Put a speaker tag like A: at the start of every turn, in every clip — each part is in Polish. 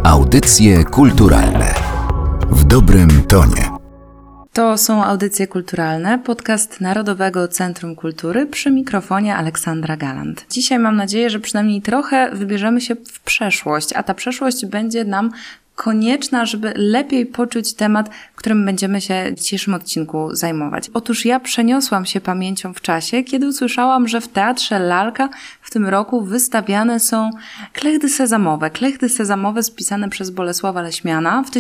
A: Audycje kulturalne w dobrym tonie.
B: To są Audycje Kulturalne, podcast Narodowego Centrum Kultury, przy mikrofonie Aleksandra Galant. Dzisiaj mam nadzieję, że przynajmniej trochę wybierzemy się w przeszłość, a ta przeszłość będzie nam konieczna, żeby lepiej poczuć temat, którym będziemy się w dzisiejszym odcinku zajmować. Otóż ja przeniosłam się pamięcią w czasie, kiedy usłyszałam, że w Teatrze Lalka w tym roku wystawiane są klechdy sezamowe. Klechdy sezamowe spisane przez Bolesława Leśmiana w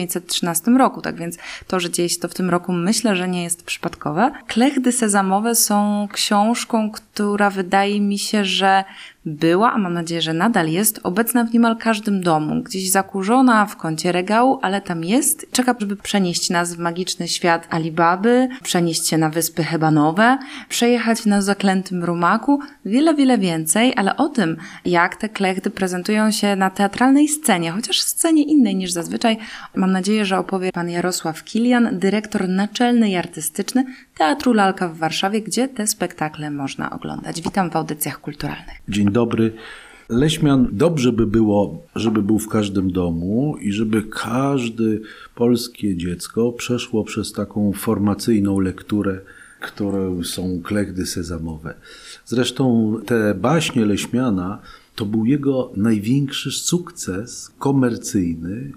B: 1913 roku. Tak więc to, że dzieje się to w tym roku, myślę, że nie jest przypadkowe. Klechdy sezamowe są książką, która wydaje mi się, że była, a mam nadzieję, że nadal jest, obecna w niemal każdym domu. Gdzieś zakurzona w kącie regału, ale tam jest. Czeka, żeby przenieść nas w magiczny świat Alibaby, przenieść się na Wyspy Hebanowe, przejechać na zaklętym rumaku, wiele więcej, ale o tym, jak te klechdy prezentują się na teatralnej scenie, chociaż scenie innej niż zazwyczaj, mam nadzieję, że opowie pan Jarosław Kilian, dyrektor naczelny i artystyczny Teatru Lalka w Warszawie, gdzie te spektakle można oglądać. Witam w Audycjach Kulturalnych.
C: Dzień dobry. Leśmian dobrze by było, żeby był w każdym domu i żeby każde polskie dziecko przeszło przez taką formacyjną lekturę, którą są klechdy sezamowe. Zresztą te baśnie Leśmiana to był jego największy sukces komercyjny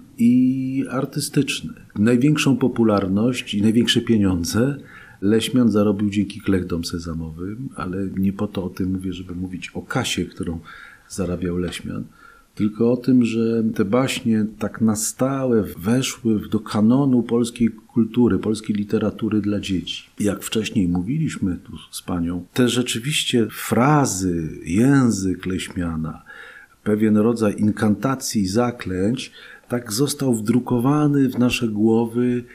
C: i artystyczny. Największą popularność i największe pieniądze Leśmian zarobił dzięki klechdom sezamowym, ale nie po to o tym mówię, żeby mówić o kasie, którą zarabiał Leśmian, tylko o tym, że te baśnie tak na stałe weszły do kanonu polskiej kultury, polskiej literatury dla dzieci. Jak wcześniej mówiliśmy tu z panią, te rzeczywiście frazy, język Leśmiana, pewien rodzaj inkantacji, zaklęć, tak został wdrukowany w nasze głowy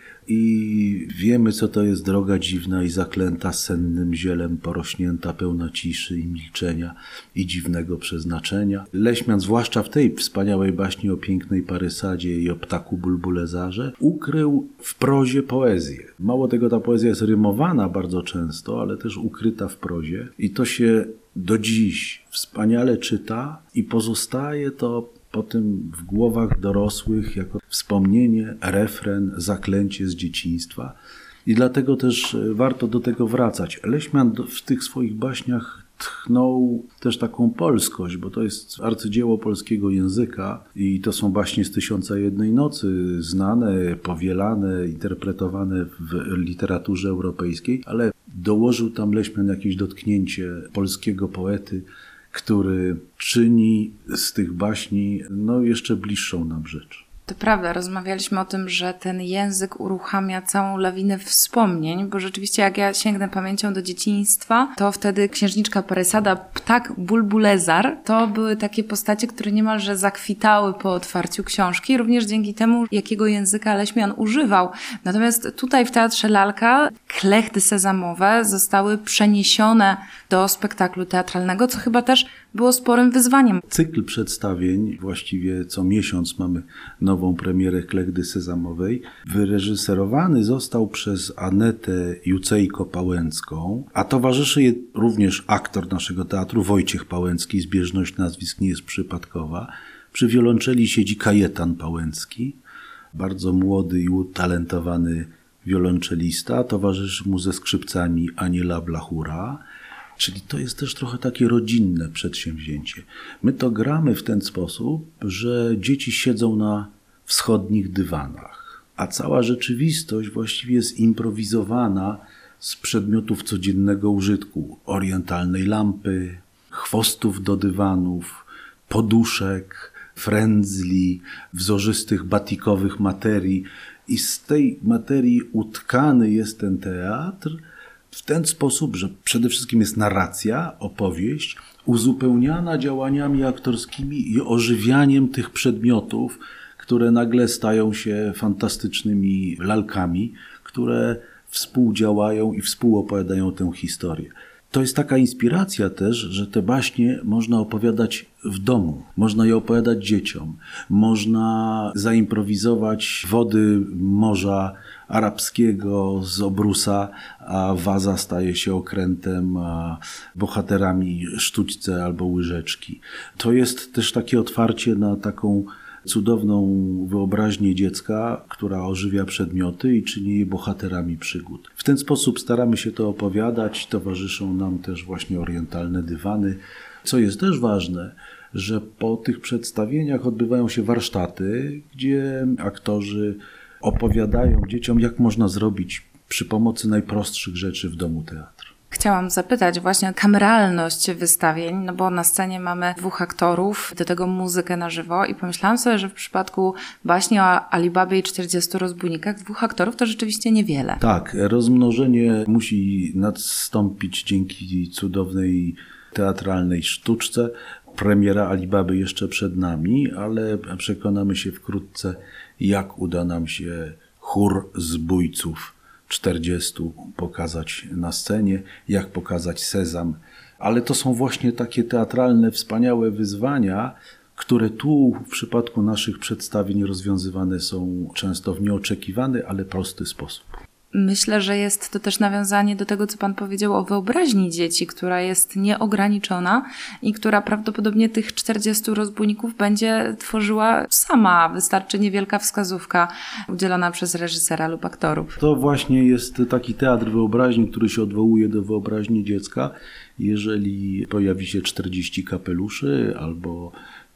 C: i wiemy, co to jest droga dziwna i zaklęta sennym zielem, porośnięta, pełna ciszy i milczenia i dziwnego przeznaczenia. Leśmian, zwłaszcza w tej wspaniałej baśni o pięknej Parysadzie i o ptaku Bulbulezarze, ukrył w prozie poezję. Mało tego, ta poezja jest rymowana bardzo często, ale też ukryta w prozie i to się do dziś wspaniale czyta i pozostaje to potem w głowach dorosłych jako wspomnienie, refren, zaklęcie z dzieciństwa. I dlatego też warto do tego wracać. Leśmian w tych swoich baśniach tchnął też taką polskość, bo to jest arcydzieło polskiego języka i to są baśnie z 1001 nocy, znane, powielane, interpretowane w literaturze europejskiej, ale dołożył tam Leśmian jakieś dotknięcie polskiego poety, który czyni z tych baśni jeszcze bliższą nam rzecz.
B: To prawda, rozmawialiśmy o tym, że ten język uruchamia całą lawinę wspomnień, bo rzeczywiście jak ja sięgnę pamięcią do dzieciństwa, to wtedy księżniczka Parysada, ptak Bulbulezar, to były takie postacie, które niemalże zakwitały po otwarciu książki, również dzięki temu, jakiego języka Leśmian używał. Natomiast tutaj w Teatrze Lalka klechdy sezamowe zostały przeniesione do spektaklu teatralnego, co chyba też było sporym wyzwaniem.
C: Cykl przedstawień, właściwie co miesiąc mamy nową premierę klechdy sezamowej, wyreżyserowany został przez Anetę Jucejko-Pałęcką, a towarzyszy jej również aktor naszego teatru Wojciech Pałęcki, zbieżność nazwisk nie jest przypadkowa. Przy wiolonczeli siedzi Kajetan Pałęcki, bardzo młody i utalentowany wiolonczelista, towarzyszy mu ze skrzypcami Aniela Blachura. Czyli to jest też trochę takie rodzinne przedsięwzięcie. My to gramy w ten sposób, że dzieci siedzą na wschodnich dywanach, a cała rzeczywistość właściwie jest improwizowana z przedmiotów codziennego użytku. Orientalnej lampy, chwostów do dywanów, poduszek, frędzli, wzorzystych batikowych materii. I z tej materii utkany jest ten teatr, w ten sposób, że przede wszystkim jest narracja, opowieść, uzupełniana działaniami aktorskimi i ożywianiem tych przedmiotów, które nagle stają się fantastycznymi lalkami, które współdziałają i współopowiadają tę historię. To jest taka inspiracja też, że te baśnie można opowiadać w domu, można je opowiadać dzieciom, można zaimprowizować wody morza arabskiego z obrusa, a waza staje się okrętem, a bohaterami sztućce albo łyżeczki. To jest też takie otwarcie na taką cudowną wyobraźnię dziecka, która ożywia przedmioty i czyni je bohaterami przygód. W ten sposób staramy się to opowiadać, towarzyszą nam też właśnie orientalne dywany. Co jest też ważne, że po tych przedstawieniach odbywają się warsztaty, gdzie aktorzy opowiadają dzieciom, jak można zrobić przy pomocy najprostszych rzeczy w domu teatr.
B: Chciałam zapytać właśnie o kameralność wystawień, no bo na scenie mamy 2 aktorów, do tego muzykę na żywo i pomyślałam sobie, że w przypadku baśni o Alibabie i 40 rozbójnikach 2 aktorów to rzeczywiście niewiele.
C: Tak, rozmnożenie musi nastąpić dzięki cudownej teatralnej sztuczce. Premiera Alibaby jeszcze przed nami, ale przekonamy się wkrótce, jak uda nam się chór zbójców 40 pokazać na scenie, jak pokazać Sezam. Ale to są właśnie takie teatralne, wspaniałe wyzwania, które tu w przypadku naszych przedstawień rozwiązywane są często w nieoczekiwany, ale prosty sposób.
B: Myślę, że jest to też nawiązanie do tego, co Pan powiedział o wyobraźni dzieci, która jest nieograniczona i która prawdopodobnie tych 40 rozbójników będzie tworzyła sama. Wystarczy niewielka wskazówka udzielona przez reżysera lub aktorów.
C: To właśnie jest taki teatr wyobraźni, który się odwołuje do wyobraźni dziecka. Jeżeli pojawi się 40 kapeluszy albo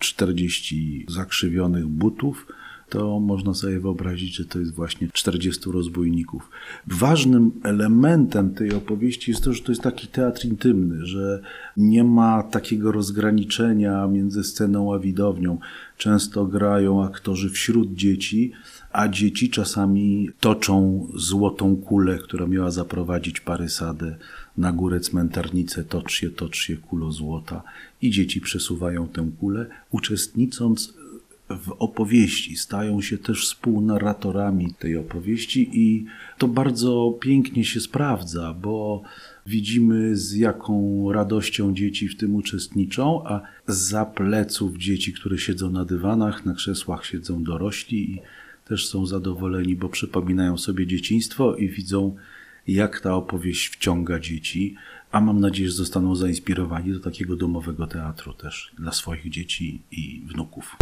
C: 40 zakrzywionych butów, to można sobie wyobrazić, że to jest właśnie 40 rozbójników. Ważnym elementem tej opowieści jest to, że to jest taki teatr intymny, że nie ma takiego rozgraniczenia między sceną a widownią. Często grają aktorzy wśród dzieci, a dzieci czasami toczą złotą kulę, która miała zaprowadzić Parysadę na górę cmentarnicę. Tocz się, kulo złota. I dzieci przesuwają tę kulę, uczestnicząc w opowieści, stają się też współnarratorami tej opowieści i to bardzo pięknie się sprawdza, bo widzimy, z jaką radością dzieci w tym uczestniczą, a zza pleców dzieci, które siedzą na dywanach, na krzesłach siedzą dorośli i też są zadowoleni, bo przypominają sobie dzieciństwo i widzą, jak ta opowieść wciąga dzieci, a mam nadzieję, że zostaną zainspirowani do takiego domowego teatru też dla swoich dzieci i wnuków.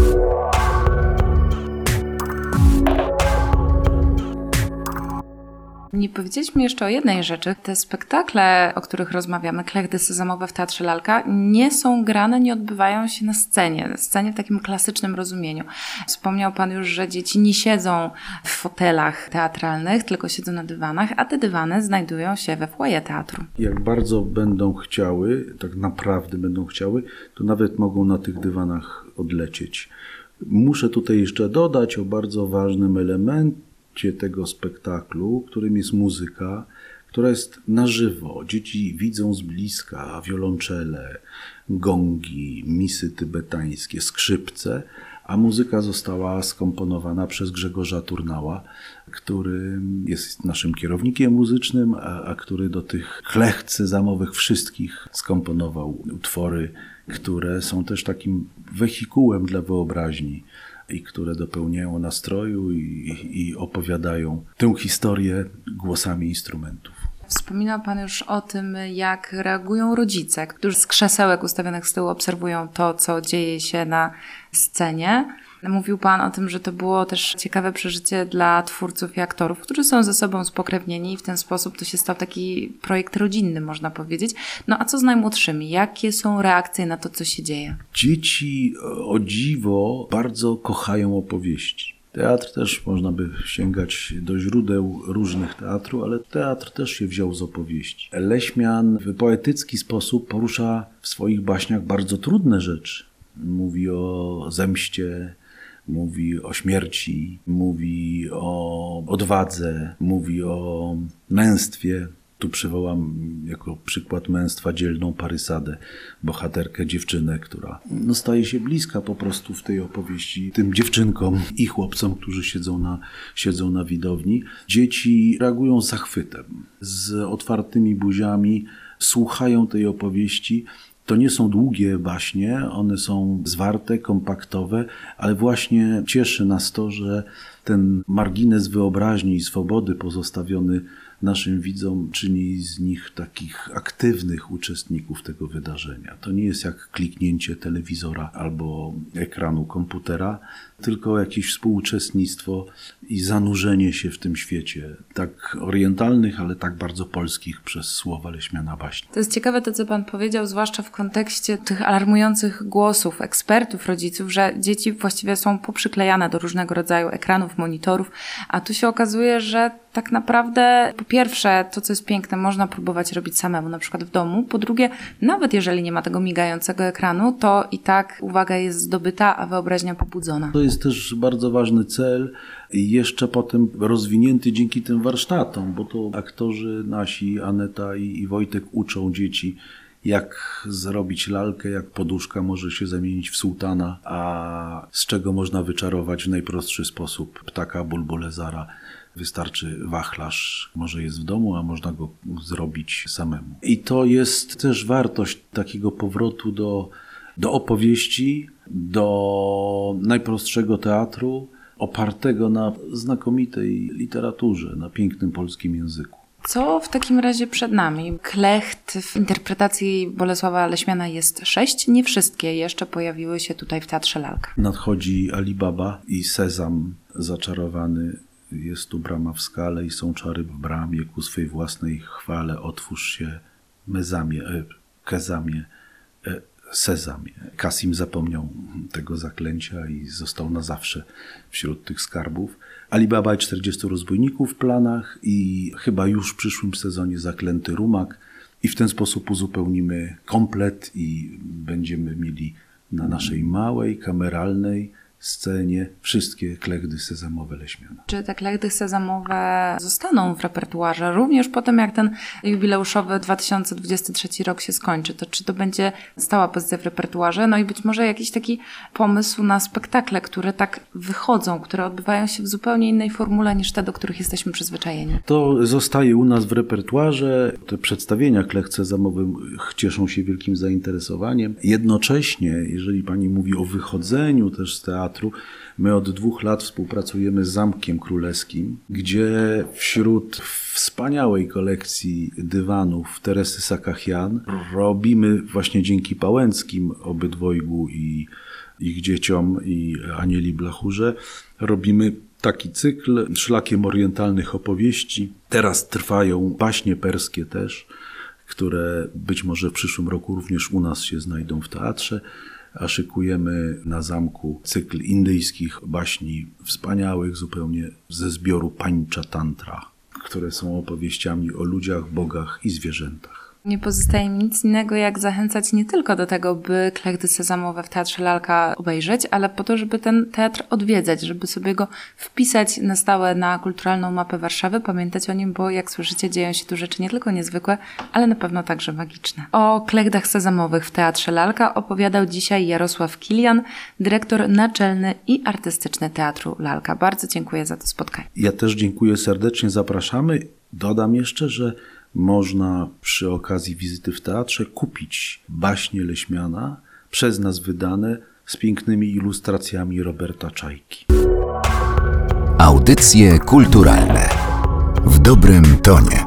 B: Nie powiedzieliśmy jeszcze o jednej rzeczy. Te spektakle, o których rozmawiamy, klechdy sezamowe w Teatrze Lalka, nie są grane, nie odbywają się na scenie w takim klasycznym rozumieniu. Wspomniał Pan już, że dzieci nie siedzą w fotelach teatralnych, tylko siedzą na dywanach, a te dywany znajdują się we foyer teatru.
C: Jak bardzo będą chciały, tak naprawdę będą chciały, to nawet mogą na tych dywanach odlecieć. Muszę tutaj jeszcze dodać o bardzo ważnym elemencie tego spektaklu, którym jest muzyka, która jest na żywo. Dzieci widzą z bliska wiolonczele, gongi, misy tybetańskie, skrzypce, a muzyka została skomponowana przez Grzegorza Turnała, który jest naszym kierownikiem muzycznym, a który do tych klecht sezamowych wszystkich skomponował utwory, które są też takim wehikułem dla wyobraźni i które dopełniają nastroju i opowiadają tę historię głosami instrumentów.
B: Wspominał Pan już o tym, jak reagują rodzice, którzy z krzesełek ustawionych z tyłu obserwują to, co dzieje się na scenie. Mówił Pan o tym, że to było też ciekawe przeżycie dla twórców i aktorów, którzy są ze sobą spokrewnieni i w ten sposób to się stał taki projekt rodzinny, można powiedzieć. No a co z najmłodszymi? Jakie są reakcje na to, co się dzieje?
C: Dzieci, o dziwo, bardzo kochają opowieści. Teatr też można by sięgać do źródeł różnych teatru, ale teatr też się wziął z opowieści. Leśmian w poetycki sposób porusza w swoich baśniach bardzo trudne rzeczy. Mówi o zemście, mówi o śmierci, mówi o odwadze, mówi o męstwie. Tu przywołam jako przykład męstwa dzielną Parysadę, bohaterkę, dziewczynę, która staje się bliska po prostu w tej opowieści tym dziewczynkom i chłopcom, którzy siedzą na widowni. Dzieci reagują z zachwytem, z otwartymi buziami, słuchają tej opowieści. To nie są długie baśnie, one są zwarte, kompaktowe, ale właśnie cieszy nas to, że ten margines wyobraźni i swobody pozostawiony naszym widzom czyni z nich takich aktywnych uczestników tego wydarzenia. To nie jest jak kliknięcie telewizora albo ekranu komputera, tylko jakieś współuczestnictwo i zanurzenie się w tym świecie, tak orientalnych, ale tak bardzo polskich przez słowa Leśmiana baśni.
B: To jest ciekawe to, co pan powiedział, zwłaszcza w kontekście tych alarmujących głosów ekspertów, rodziców, że dzieci właściwie są poprzyklejane do różnego rodzaju ekranów, monitorów, a tu się okazuje, że tak naprawdę po pierwsze, to co jest piękne, można próbować robić samemu, na przykład w domu. Po drugie, nawet jeżeli nie ma tego migającego ekranu, to i tak uwaga jest zdobyta, a wyobraźnia pobudzona.
C: To jest też bardzo ważny cel i jeszcze potem rozwinięty dzięki tym warsztatom, bo to aktorzy nasi, Aneta i Wojtek, uczą dzieci, jak zrobić lalkę, jak poduszka może się zamienić w sułtana, a z czego można wyczarować w najprostszy sposób ptaka bulbulezara. Wystarczy wachlarz, może jest w domu, a można go zrobić samemu. I to jest też wartość takiego powrotu do opowieści, do najprostszego teatru, opartego na znakomitej literaturze, na pięknym polskim języku.
B: Co w takim razie przed nami? Klecht w interpretacji Bolesława Leśmiana jest 6. Nie wszystkie jeszcze pojawiły się tutaj w Teatrze Lalka.
C: Nadchodzi Ali Baba i Sezam zaczarowany. Jest tu brama w skale i są czary w bramie. Ku swej własnej chwale otwórz się mezamie, kezamie, sezamie. Kasim zapomniał tego zaklęcia i został na zawsze wśród tych skarbów. Ali Baba i 40 rozbójników w planach i chyba już w przyszłym sezonie Zaklęty Rumak. I w ten sposób uzupełnimy komplet i będziemy mieli na naszej małej, kameralnej scenie wszystkie klechdy sezamowe Leśmiana.
B: Czy te klechdy sezamowe zostaną w repertuarze również po tym, jak ten jubileuszowy 2023 rok się skończy? To czy to będzie stała pozycja w repertuarze? No i być może jakiś taki pomysł na spektakle, które tak wychodzą, które odbywają się w zupełnie innej formule niż te, do których jesteśmy przyzwyczajeni.
C: To zostaje u nas w repertuarze. Te przedstawienia klecht sezamowych cieszą się wielkim zainteresowaniem. Jednocześnie, jeżeli pani mówi o wychodzeniu też z teatru, my od 2 lat współpracujemy z Zamkiem Królewskim, gdzie wśród wspaniałej kolekcji dywanów Teresy Sakachian robimy właśnie dzięki Pałęckim, obydwojgu i ich dzieciom i Anieli Blachurze, robimy taki cykl szlakiem orientalnych opowieści. Teraz trwają baśnie perskie też, które być może w przyszłym roku również u nas się znajdą w teatrze. A szykujemy na zamku cykl indyjskich baśni wspaniałych zupełnie ze zbioru Pańcza Tantra, które są opowieściami o ludziach, bogach i zwierzętach.
B: Nie pozostaje mi nic innego, jak zachęcać nie tylko do tego, by klechdy sezamowe w Teatrze Lalka obejrzeć, ale po to, żeby ten teatr odwiedzać, żeby sobie go wpisać na stałe na kulturalną mapę Warszawy, pamiętać o nim, bo jak słyszycie, dzieją się tu rzeczy nie tylko niezwykłe, ale na pewno także magiczne. O klechdach sezamowych w Teatrze Lalka opowiadał dzisiaj Jarosław Kilian, dyrektor naczelny i artystyczny Teatru Lalka. Bardzo dziękuję za to spotkanie.
C: Ja też dziękuję serdecznie, zapraszamy. Dodam jeszcze, że można przy okazji wizyty w teatrze kupić baśnie Leśmiana, przez nas wydane, z pięknymi ilustracjami Roberta Czajki.
A: Audycje kulturalne w dobrym tonie.